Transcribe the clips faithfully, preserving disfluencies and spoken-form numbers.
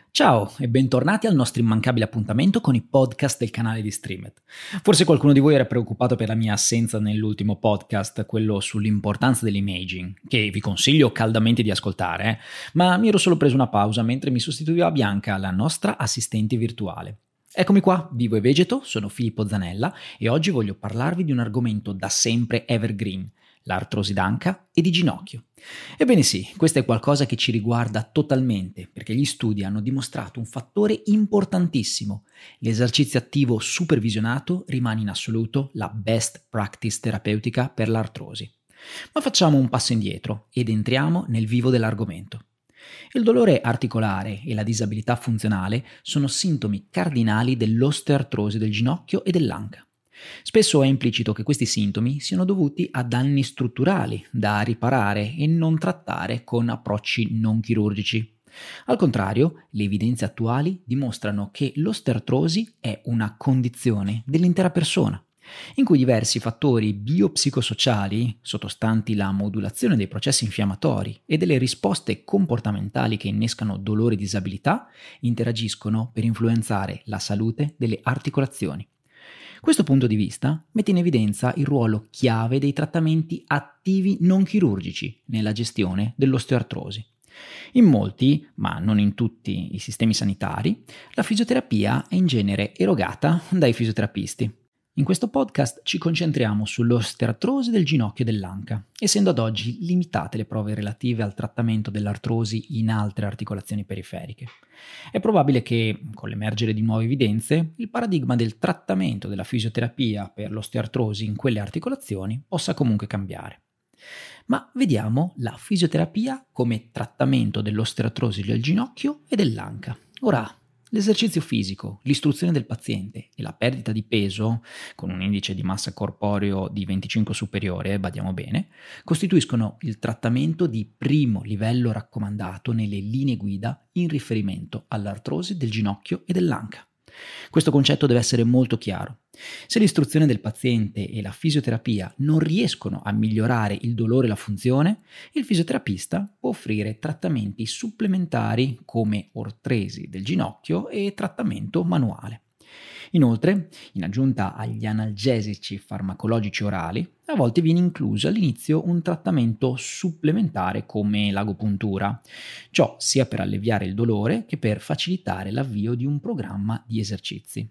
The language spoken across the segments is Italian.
Ciao e bentornati al nostro immancabile appuntamento con i podcast del canale di Streamed. Forse qualcuno di voi era preoccupato per la mia assenza nell'ultimo podcast, quello sull'importanza dell'imaging, che vi consiglio caldamente di ascoltare, eh? ma mi ero solo preso una pausa mentre mi sostituiva Bianca, la nostra assistente virtuale. Eccomi qua, vivo e vegeto, sono Filippo Zanella e oggi voglio parlarvi di un argomento da sempre evergreen, l'artrosi d'anca e di ginocchio. Ebbene sì, questo è qualcosa che ci riguarda totalmente, perché gli studi hanno dimostrato un fattore importantissimo. L'esercizio attivo supervisionato rimane in assoluto la best practice terapeutica per l'artrosi. Ma facciamo un passo indietro ed entriamo nel vivo dell'argomento. Il dolore articolare e la disabilità funzionale sono sintomi cardinali dell'osteoartrosi del ginocchio e dell'anca. Spesso è implicito che questi sintomi siano dovuti a danni strutturali da riparare e non trattare con approcci non chirurgici. Al contrario, le evidenze attuali dimostrano che l'osteoartrosi è una condizione dell'intera persona, in cui diversi fattori biopsicosociali, sottostanti la modulazione dei processi infiammatori e delle risposte comportamentali che innescano dolore e disabilità, interagiscono per influenzare la salute delle articolazioni. Questo punto di vista mette in evidenza il ruolo chiave dei trattamenti attivi non chirurgici nella gestione dell'osteoartrosi. In molti, ma non in tutti i sistemi sanitari, la fisioterapia è in genere erogata dai fisioterapisti. In questo podcast ci concentriamo sull'osteoartrosi del ginocchio e dell'anca, essendo ad oggi limitate le prove relative al trattamento dell'artrosi in altre articolazioni periferiche. È probabile che, con l'emergere di nuove evidenze, il paradigma del trattamento della fisioterapia per l'osteoartrosi in quelle articolazioni possa comunque cambiare. Ma vediamo la fisioterapia come trattamento dell'osteoartrosi del ginocchio e dell'anca. Ora, l'esercizio fisico, l'istruzione del paziente e la perdita di peso, con un indice di massa corporeo di venticinque superiore, badiamo bene, costituiscono il trattamento di primo livello raccomandato nelle linee guida in riferimento all'artrosi del ginocchio e dell'anca. Questo concetto deve essere molto chiaro. Se l'istruzione del paziente e la fisioterapia non riescono a migliorare il dolore e la funzione, il fisioterapista può offrire trattamenti supplementari come ortesi del ginocchio e trattamento manuale. Inoltre, in aggiunta agli analgesici farmacologici orali, a volte viene incluso all'inizio un trattamento supplementare come l'agopuntura, ciò sia per alleviare il dolore che per facilitare l'avvio di un programma di esercizi.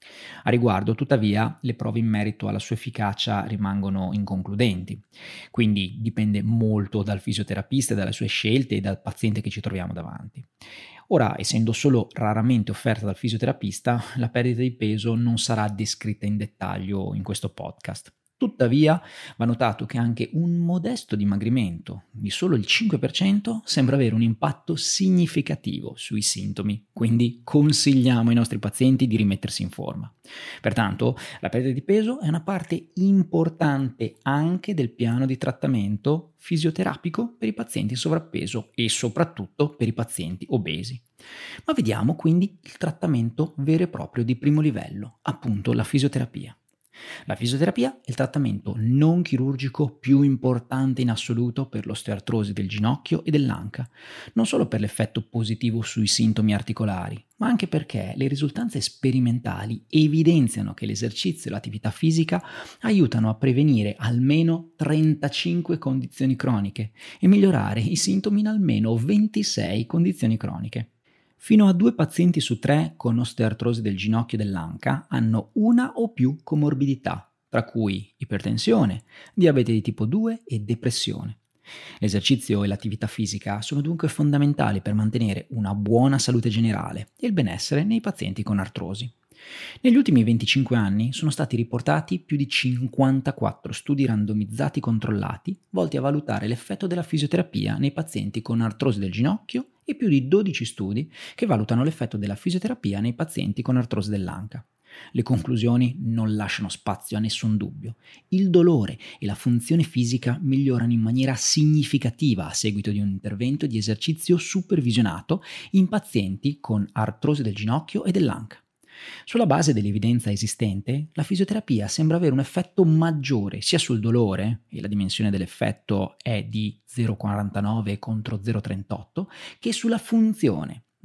A riguardo, tuttavia, le prove in merito alla sua efficacia rimangono inconcludenti, quindi dipende molto dal fisioterapista, dalle sue scelte e dal paziente che ci troviamo davanti. Ora, essendo solo raramente offerta dal fisioterapista, la perdita di peso non sarà descritta in dettaglio in questo podcast. Tuttavia, va notato che anche un modesto dimagrimento di solo il cinque per cento sembra avere un impatto significativo sui sintomi, quindi consigliamo ai nostri pazienti di rimettersi in forma. Pertanto, la perdita di peso è una parte importante anche del piano di trattamento fisioterapico per i pazienti in sovrappeso e soprattutto per i pazienti obesi. Ma vediamo quindi il trattamento vero e proprio di primo livello, appunto la fisioterapia. La fisioterapia è il trattamento non chirurgico più importante in assoluto per l'osteoartrosi del ginocchio e dell'anca, non solo per l'effetto positivo sui sintomi articolari, ma anche perché le risultanze sperimentali evidenziano che l'esercizio e l'attività fisica aiutano a prevenire almeno trentacinque condizioni croniche e migliorare i sintomi in almeno ventisei condizioni croniche. Fino a due pazienti su tre con osteoartrosi del ginocchio e dell'anca hanno una o più comorbidità, tra cui ipertensione, diabete di tipo due e depressione. L'esercizio e l'attività fisica sono dunque fondamentali per mantenere una buona salute generale e il benessere nei pazienti con artrosi. Negli ultimi venticinque anni sono stati riportati più di cinquantaquattro studi randomizzati controllati volti a valutare l'effetto della fisioterapia nei pazienti con artrosi del ginocchio e più di dodici studi che valutano l'effetto della fisioterapia nei pazienti con artrosi dell'anca. Le conclusioni non lasciano spazio a nessun dubbio. Il dolore e la funzione fisica migliorano in maniera significativa a seguito di un intervento di esercizio supervisionato in pazienti con artrosi del ginocchio e dell'anca. Sulla base dell'evidenza esistente, la fisioterapia sembra avere un effetto maggiore sia sul dolore, e la dimensione dell'effetto è di zero virgola quarantanove contro zero virgola trentotto, che sulla funzione,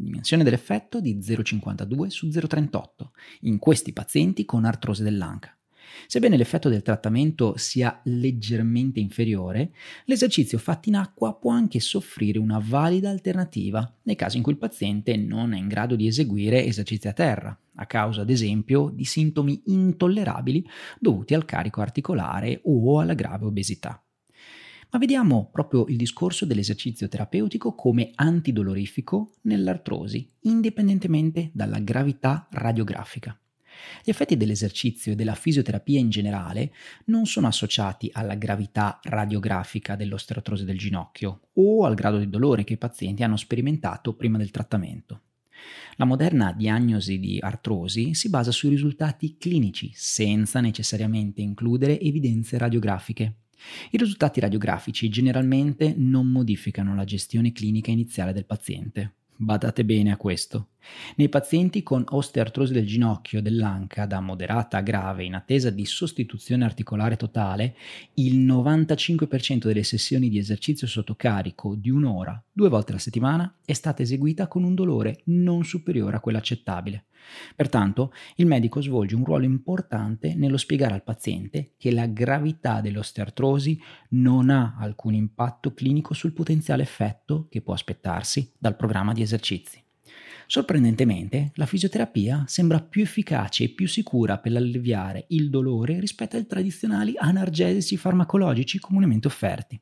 dimensione dell'effetto di zero virgola cinquantadue su zero virgola trentotto, in questi pazienti con artrosi dell'anca. Sebbene l'effetto del trattamento sia leggermente inferiore, l'esercizio fatto in acqua può anche soffrire una valida alternativa nei casi in cui il paziente non è in grado di eseguire esercizi a terra, a causa ad esempio di sintomi intollerabili dovuti al carico articolare o alla grave obesità. Ma vediamo proprio il discorso dell'esercizio terapeutico come antidolorifico nell'artrosi, indipendentemente dalla gravità radiografica. Gli effetti dell'esercizio e della fisioterapia in generale non sono associati alla gravità radiografica dell'osteoartrosi del ginocchio o al grado di dolore che i pazienti hanno sperimentato prima del trattamento. La moderna diagnosi di artrosi si basa sui risultati clinici, senza necessariamente includere evidenze radiografiche. I risultati radiografici generalmente non modificano la gestione clinica iniziale del paziente. Badate bene a questo. Nei pazienti con osteoartrosi del ginocchio o dell'anca da moderata a grave in attesa di sostituzione articolare totale, il novantacinque per cento delle sessioni di esercizio sotto carico di un'ora, due volte alla settimana, è stata eseguita con un dolore non superiore a quello accettabile. Pertanto, il medico svolge un ruolo importante nello spiegare al paziente che la gravità dell'osteoartrosi non ha alcun impatto clinico sul potenziale effetto che può aspettarsi dal programma di esercizi. Sorprendentemente, la fisioterapia sembra più efficace e più sicura per alleviare il dolore rispetto ai tradizionali analgesici farmacologici comunemente offerti.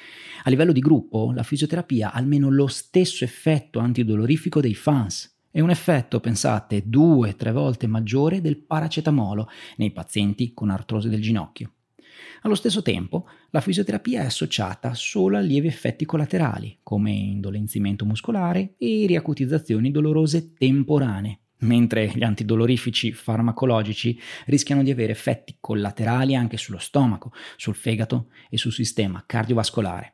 A livello di gruppo, la fisioterapia ha almeno lo stesso effetto antidolorifico dei F A N S. È un effetto, pensate, due tre volte maggiore del paracetamolo nei pazienti con artrosi del ginocchio. Allo stesso tempo, la fisioterapia è associata solo a lievi effetti collaterali, come indolenzimento muscolare e riacutizzazioni dolorose temporanee, mentre gli antidolorifici farmacologici rischiano di avere effetti collaterali anche sullo stomaco, sul fegato e sul sistema cardiovascolare.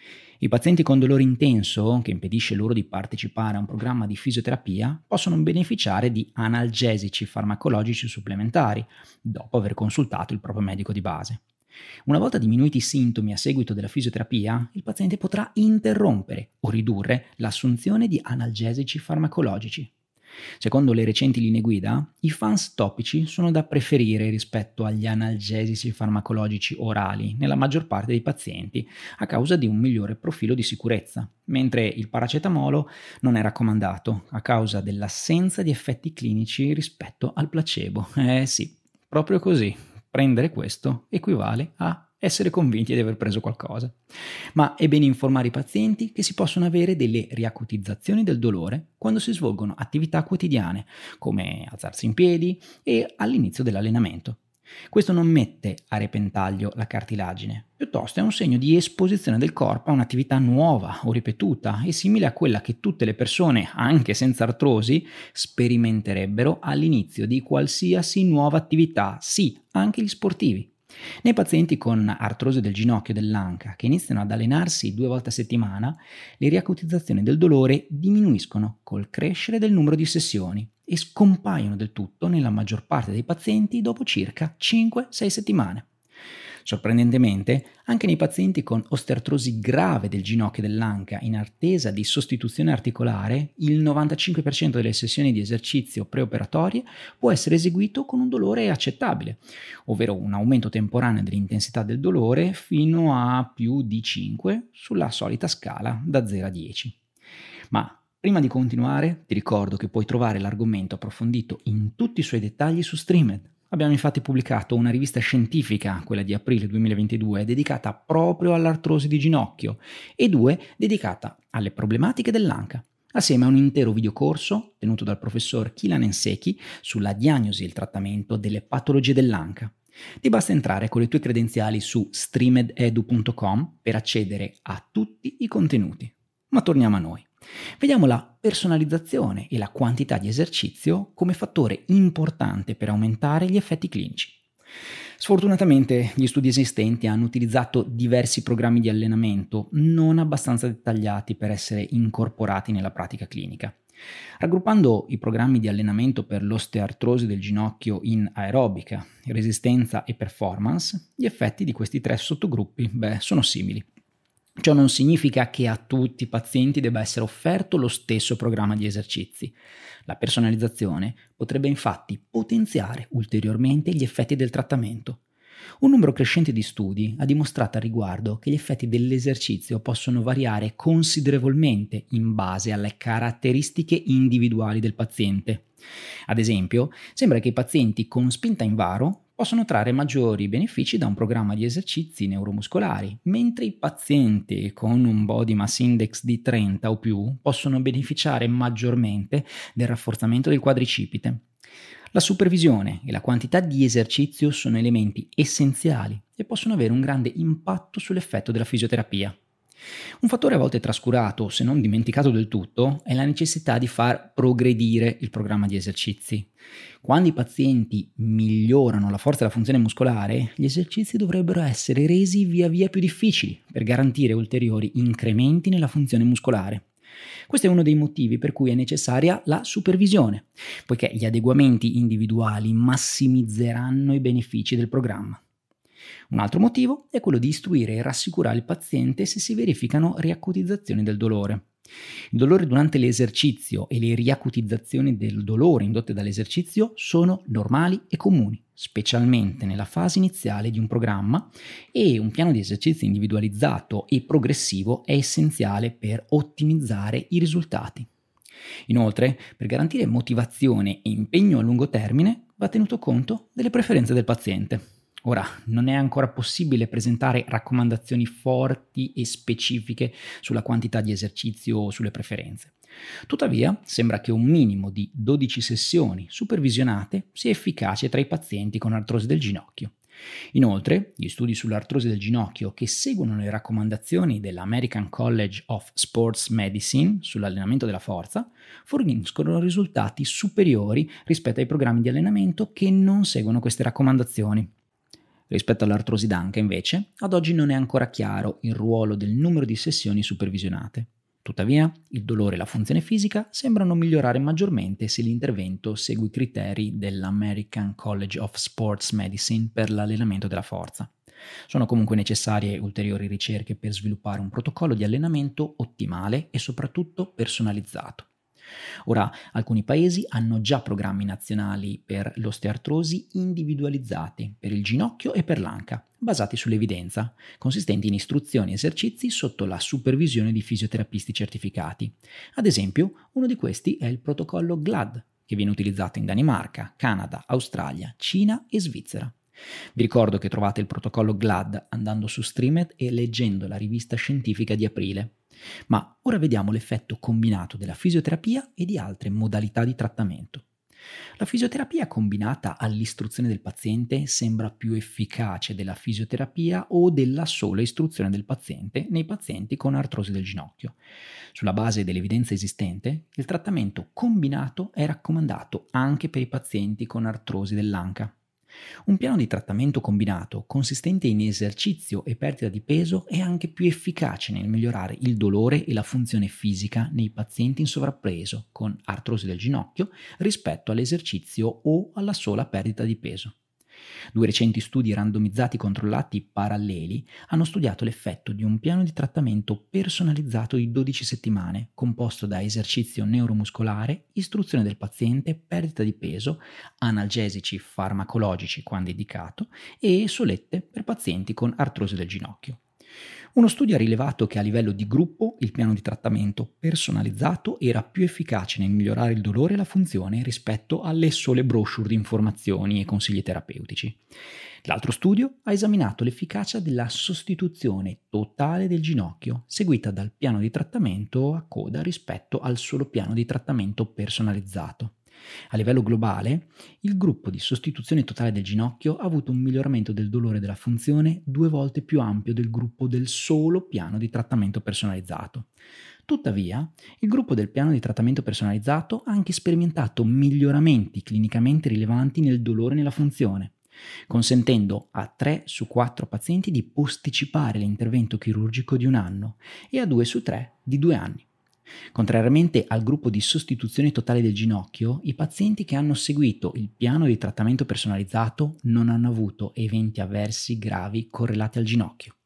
I pazienti con dolore intenso, che impedisce loro di partecipare a un programma di fisioterapia, possono beneficiare di analgesici farmacologici supplementari, dopo aver consultato il proprio medico di base. Una volta diminuiti i sintomi a seguito della fisioterapia, il paziente potrà interrompere o ridurre l'assunzione di analgesici farmacologici. Secondo le recenti linee guida, i F A N S topici sono da preferire rispetto agli analgesici farmacologici orali nella maggior parte dei pazienti a causa di un migliore profilo di sicurezza, mentre il paracetamolo non è raccomandato a causa dell'assenza di effetti clinici rispetto al placebo. Eh sì, proprio così. Prendere questo equivale a essere convinti di aver preso qualcosa. Ma è bene informare i pazienti che si possono avere delle riacutizzazioni del dolore quando si svolgono attività quotidiane, come alzarsi in piedi e all'inizio dell'allenamento. Questo non mette a repentaglio la cartilagine, piuttosto è un segno di esposizione del corpo a un'attività nuova o ripetuta e simile a quella che tutte le persone, anche senza artrosi, sperimenterebbero all'inizio di qualsiasi nuova attività, sì, anche gli sportivi. Nei pazienti con artrosi del ginocchio e dell'anca che iniziano ad allenarsi due volte a settimana, le riacutizzazioni del dolore diminuiscono col crescere del numero di sessioni e scompaiono del tutto nella maggior parte dei pazienti dopo circa cinque sei settimane. Sorprendentemente, anche nei pazienti con osteoartrosi grave del ginocchio e dell'anca in attesa di sostituzione articolare, il novantacinque per cento delle sessioni di esercizio preoperatorie può essere eseguito con un dolore accettabile, ovvero un aumento temporaneo dell'intensità del dolore fino a più di cinque sulla solita scala da zero a dieci. Ma prima di continuare, ti ricordo che puoi trovare l'argomento approfondito in tutti i suoi dettagli su Streamed. Abbiamo infatti pubblicato una rivista scientifica, quella di aprile duemilaventidue, dedicata proprio all'artrosi di ginocchio e due dedicata alle problematiche dell'anca, assieme a un intero videocorso tenuto dal professor Kilan Enseki sulla diagnosi e il trattamento delle patologie dell'anca. Ti basta entrare con le tue credenziali su streamed edu punto com per accedere a tutti i contenuti. Ma torniamo a noi. Vediamo la personalizzazione e la quantità di esercizio come fattore importante per aumentare gli effetti clinici. Sfortunatamente gli studi esistenti hanno utilizzato diversi programmi di allenamento non abbastanza dettagliati per essere incorporati nella pratica clinica. Raggruppando i programmi di allenamento per l'osteoartrosi del ginocchio in aerobica, resistenza e performance, gli effetti di questi tre sottogruppi, beh, sono simili. Ciò non significa che a tutti i pazienti debba essere offerto lo stesso programma di esercizi. La personalizzazione potrebbe infatti potenziare ulteriormente gli effetti del trattamento. Un numero crescente di studi ha dimostrato al riguardo che gli effetti dell'esercizio possono variare considerevolmente in base alle caratteristiche individuali del paziente. Ad esempio, sembra che i pazienti con spinta in varo possono trarre maggiori benefici da un programma di esercizi neuromuscolari, mentre i pazienti con un body mass index di trenta o più possono beneficiare maggiormente del rafforzamento del quadricipite. La supervisione e la quantità di esercizio sono elementi essenziali e possono avere un grande impatto sull'effetto della fisioterapia. Un fattore a volte trascurato, se non dimenticato del tutto, è la necessità di far progredire il programma di esercizi. Quando i pazienti migliorano la forza e la funzione muscolare, gli esercizi dovrebbero essere resi via via più difficili per garantire ulteriori incrementi nella funzione muscolare. Questo è uno dei motivi per cui è necessaria la supervisione, poiché gli adeguamenti individuali massimizzeranno i benefici del programma. Un altro motivo è quello di istruire e rassicurare il paziente se si verificano riacutizzazioni del dolore. Il dolore durante l'esercizio e le riacutizzazioni del dolore indotte dall'esercizio sono normali e comuni, specialmente nella fase iniziale di un programma, e un piano di esercizi individualizzato e progressivo è essenziale per ottimizzare i risultati. Inoltre, per garantire motivazione e impegno a lungo termine, va tenuto conto delle preferenze del paziente. Ora, non è ancora possibile presentare raccomandazioni forti e specifiche sulla quantità di esercizio o sulle preferenze. Tuttavia, sembra che un minimo di dodici sessioni supervisionate sia efficace tra i pazienti con artrosi del ginocchio. Inoltre, gli studi sull'artrosi del ginocchio che seguono le raccomandazioni dell'American College of Sports Medicine sull'allenamento della forza forniscono risultati superiori rispetto ai programmi di allenamento che non seguono queste raccomandazioni. Rispetto all'artrosi d'anca, invece, ad oggi non è ancora chiaro il ruolo del numero di sessioni supervisionate. Tuttavia, il dolore e la funzione fisica sembrano migliorare maggiormente se l'intervento segue i criteri dell'American College of Sports Medicine per l'allenamento della forza. Sono comunque necessarie ulteriori ricerche per sviluppare un protocollo di allenamento ottimale e soprattutto personalizzato. Ora, alcuni paesi hanno già programmi nazionali per l'osteoartrosi individualizzati per il ginocchio e per l'anca, basati sull'evidenza, consistenti in istruzioni e esercizi sotto la supervisione di fisioterapisti certificati. Ad esempio, uno di questi è il protocollo G L A D, che viene utilizzato in Danimarca, Canada, Australia, Cina e Svizzera. Vi ricordo che trovate il protocollo G L A D andando su Streamed e leggendo la rivista scientifica di aprile. Ma ora vediamo l'effetto combinato della fisioterapia e di altre modalità di trattamento. La fisioterapia combinata all'istruzione del paziente sembra più efficace della fisioterapia o della sola istruzione del paziente nei pazienti con artrosi del ginocchio. Sulla base dell'evidenza esistente, il trattamento combinato è raccomandato anche per i pazienti con artrosi dell'anca. Un piano di trattamento combinato consistente in esercizio e perdita di peso è anche più efficace nel migliorare il dolore e la funzione fisica nei pazienti in sovrappeso con artrosi del ginocchio rispetto all'esercizio o alla sola perdita di peso. Due recenti studi randomizzati controllati paralleli hanno studiato l'effetto di un piano di trattamento personalizzato di dodici settimane, composto da esercizio neuromuscolare, istruzione del paziente, perdita di peso, analgesici farmacologici quando indicato e solette per pazienti con artrosi del ginocchio. Uno studio ha rilevato che a livello di gruppo il piano di trattamento personalizzato era più efficace nel migliorare il dolore e la funzione rispetto alle sole brochure di informazioni e consigli terapeutici. L'altro studio ha esaminato l'efficacia della sostituzione totale del ginocchio, seguita dal piano di trattamento a coda rispetto al solo piano di trattamento personalizzato. A livello globale, il gruppo di sostituzione totale del ginocchio ha avuto un miglioramento del dolore e della funzione due volte più ampio del gruppo del solo piano di trattamento personalizzato. Tuttavia, il gruppo del piano di trattamento personalizzato ha anche sperimentato miglioramenti clinicamente rilevanti nel dolore e nella funzione, consentendo a tre su quattro pazienti di posticipare l'intervento chirurgico di un anno e a due su tre di due anni. Contrariamente al gruppo di sostituzione totale del ginocchio, i pazienti che hanno seguito il piano di trattamento personalizzato non hanno avuto eventi avversi gravi correlati al ginocchio.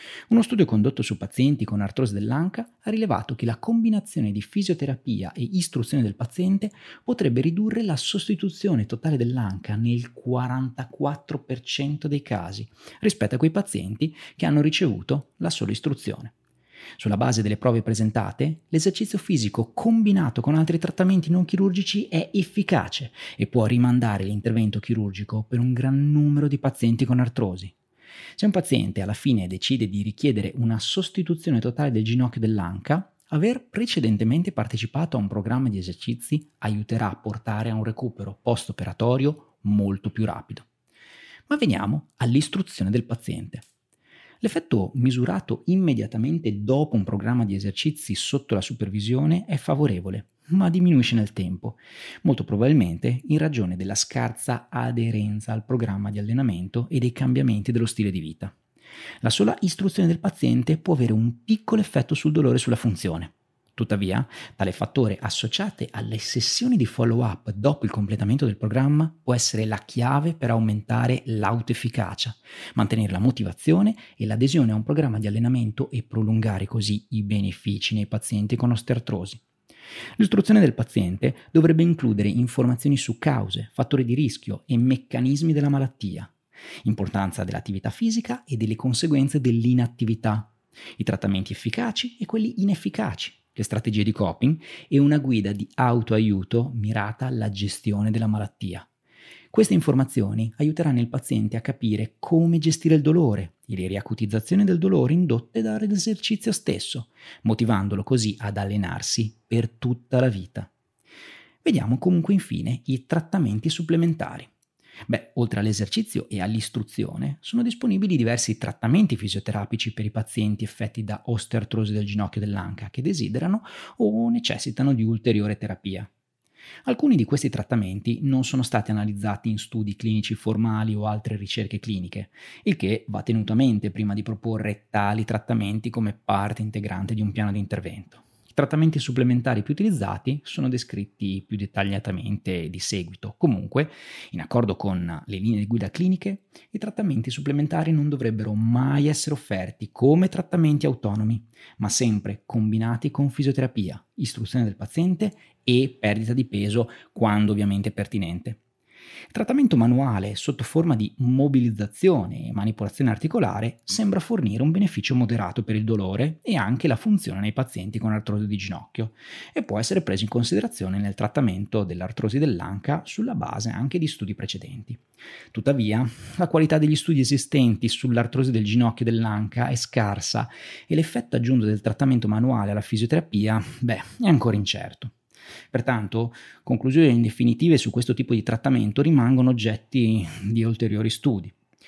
Uno studio condotto su pazienti con artrosi dell'anca ha rilevato che la combinazione di fisioterapia e istruzione del paziente potrebbe ridurre la sostituzione totale dell'anca nel quarantaquattro per cento dei casi, rispetto a quei pazienti che hanno ricevuto la sola istruzione. Sulla base delle prove presentate, l'esercizio fisico combinato con altri trattamenti non chirurgici è efficace e può rimandare l'intervento chirurgico per un gran numero di pazienti con artrosi. Se un paziente alla fine decide di richiedere una sostituzione totale del ginocchio dell'anca, aver precedentemente partecipato a un programma di esercizi aiuterà a portare a un recupero post-operatorio molto più rapido. Ma veniamo all'istruzione del paziente. L'effetto misurato immediatamente dopo un programma di esercizi sotto la supervisione è favorevole, ma diminuisce nel tempo, molto probabilmente in ragione della scarsa aderenza al programma di allenamento e dei cambiamenti dello stile di vita. La sola istruzione del paziente può avere un piccolo effetto sul dolore e sulla funzione. Tuttavia, tale fattore associato alle sessioni di follow-up dopo il completamento del programma può essere la chiave per aumentare l'autoefficacia, mantenere la motivazione e l'adesione a un programma di allenamento e prolungare così i benefici nei pazienti con osteoartrosi. L'istruzione del paziente dovrebbe includere informazioni su cause, fattori di rischio e meccanismi della malattia, importanza dell'attività fisica e delle conseguenze dell'inattività, i trattamenti efficaci e quelli inefficaci, le strategie di coping e una guida di autoaiuto mirata alla gestione della malattia. Queste informazioni aiuteranno il paziente a capire come gestire il dolore e le riacutizzazioni del dolore indotte dall'esercizio stesso, motivandolo così ad allenarsi per tutta la vita. Vediamo comunque infine i trattamenti supplementari. Beh, oltre all'esercizio e all'istruzione, sono disponibili diversi trattamenti fisioterapici per i pazienti affetti da osteoartrosi del ginocchio dell'anca che desiderano o necessitano di ulteriore terapia. Alcuni di questi trattamenti non sono stati analizzati in studi clinici formali o altre ricerche cliniche, il che va tenuto a mente prima di proporre tali trattamenti come parte integrante di un piano di intervento. I trattamenti supplementari più utilizzati sono descritti più dettagliatamente di seguito. Comunque, in accordo con le linee guida cliniche, i trattamenti supplementari non dovrebbero mai essere offerti come trattamenti autonomi, ma sempre combinati con fisioterapia, istruzione del paziente e perdita di peso quando ovviamente pertinente. Il trattamento manuale sotto forma di mobilizzazione e manipolazione articolare sembra fornire un beneficio moderato per il dolore e anche la funzione nei pazienti con artrosi di ginocchio e può essere preso in considerazione nel trattamento dell'artrosi dell'anca sulla base anche di studi precedenti. Tuttavia, la qualità degli studi esistenti sull'artrosi del ginocchio dell'anca è scarsa e l'effetto aggiunto del trattamento manuale alla fisioterapia, beh, è ancora incerto. Pertanto, conclusioni definitive su questo tipo di trattamento rimangono oggetti di ulteriori studi.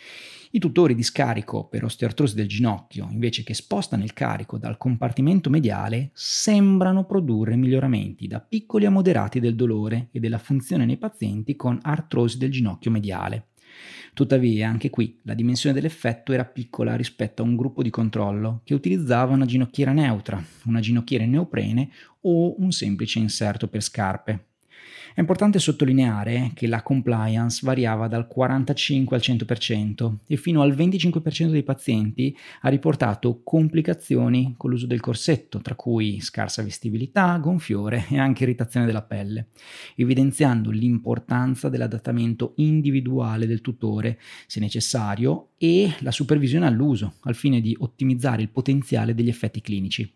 I tutori di scarico per osteoartrosi del ginocchio, invece che spostano il carico dal compartimento mediale, sembrano produrre miglioramenti da piccoli a moderati del dolore e della funzione nei pazienti con artrosi del ginocchio mediale. Tuttavia, anche qui, la dimensione dell'effetto era piccola rispetto a un gruppo di controllo che utilizzava una ginocchiera neutra, una ginocchiera in neoprene o un semplice inserto per scarpe. È importante sottolineare che la compliance variava dal quarantacinque al cento per cento e fino al venticinque per cento dei pazienti ha riportato complicazioni con l'uso del corsetto, tra cui scarsa vestibilità, gonfiore e anche irritazione della pelle, evidenziando l'importanza dell'adattamento individuale del tutore, se necessario, e la supervisione all'uso, al fine di ottimizzare il potenziale degli effetti clinici.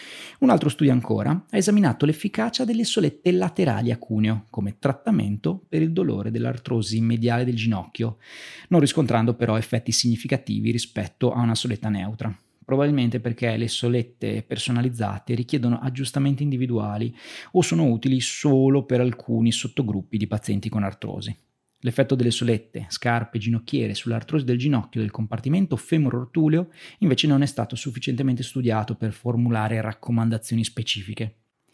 Un altro studio ancora ha esaminato l'efficacia delle solette laterali a cuneo come trattamento per il dolore dell'artrosi mediale del ginocchio, non riscontrando però effetti significativi rispetto a una soletta neutra. Probabilmente perché le solette personalizzate richiedono aggiustamenti individuali o sono utili solo per alcuni sottogruppi di pazienti con artrosi. L'effetto delle solette, scarpe, ginocchiere sull'artrosi del ginocchio del compartimento femoro-rotuleo invece non è stato sufficientemente studiato per formulare raccomandazioni specifiche.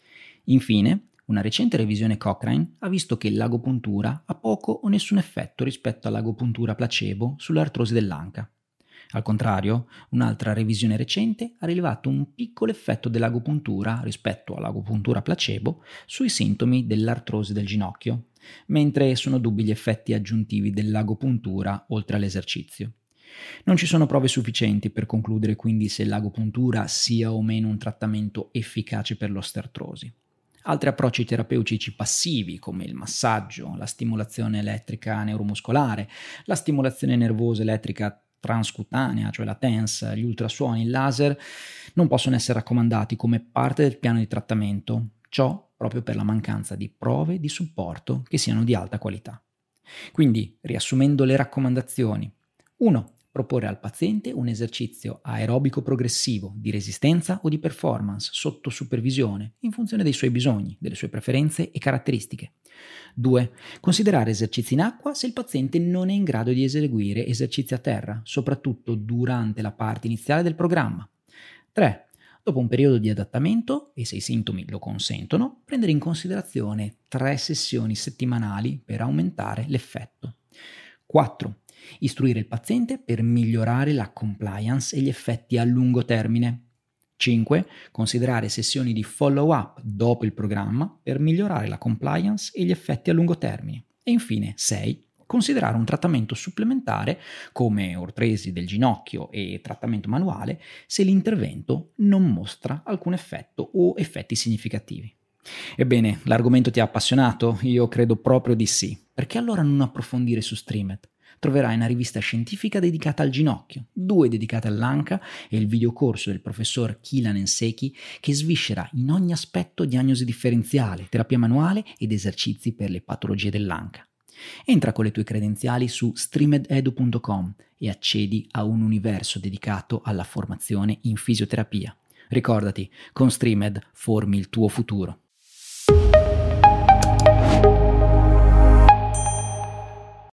Infine, una recente revisione Cochrane ha visto che l'agopuntura ha poco o nessun effetto rispetto all'agopuntura placebo sull'artrosi dell'anca. Al contrario, un'altra revisione recente ha rilevato un piccolo effetto dell'agopuntura rispetto all'agopuntura placebo sui sintomi dell'artrosi del ginocchio, mentre sono dubbi gli effetti aggiuntivi dell'agopuntura oltre all'esercizio. Non ci sono prove sufficienti per concludere quindi se l'agopuntura sia o meno un trattamento efficace per l'osteoartrosi. Altri approcci terapeutici passivi come il massaggio, la stimolazione elettrica neuromuscolare, la stimolazione nervosa elettrica transcutanea, cioè la T E N S, gli ultrasuoni, il laser, non possono essere raccomandati come parte del piano di trattamento, ciò proprio per la mancanza di prove di supporto che siano di alta qualità. Quindi, riassumendo le raccomandazioni: uno. Proporre al paziente un esercizio aerobico progressivo, di resistenza o di performance, sotto supervisione, in funzione dei suoi bisogni, delle sue preferenze e caratteristiche. due. Considerare esercizi in acqua se il paziente non è in grado di eseguire esercizi a terra, soprattutto durante la parte iniziale del programma. tre. Dopo un periodo di adattamento, e se i sintomi lo consentono, prendere in considerazione tre sessioni settimanali per aumentare l'effetto. quattro. Istruire il paziente per migliorare la compliance e gli effetti a lungo termine. cinque. Considerare sessioni di follow-up dopo il programma per migliorare la compliance e gli effetti a lungo termine. E infine sei. Considerare un trattamento supplementare come ortesi del ginocchio e trattamento manuale se l'intervento non mostra alcun effetto o effetti significativi. Ebbene, l'argomento ti ha appassionato? Io credo proprio di sì. Perché allora non approfondire su Streamed? Troverai una rivista scientifica dedicata al ginocchio, due dedicate all'anca e il videocorso del professor Keelan Enseki che sviscera in ogni aspetto diagnosi differenziale, terapia manuale ed esercizi per le patologie dell'anca. Entra con le tue credenziali su streamed edu punto com e accedi a un universo dedicato alla formazione in fisioterapia. Ricordati, con Streamed formi il tuo futuro.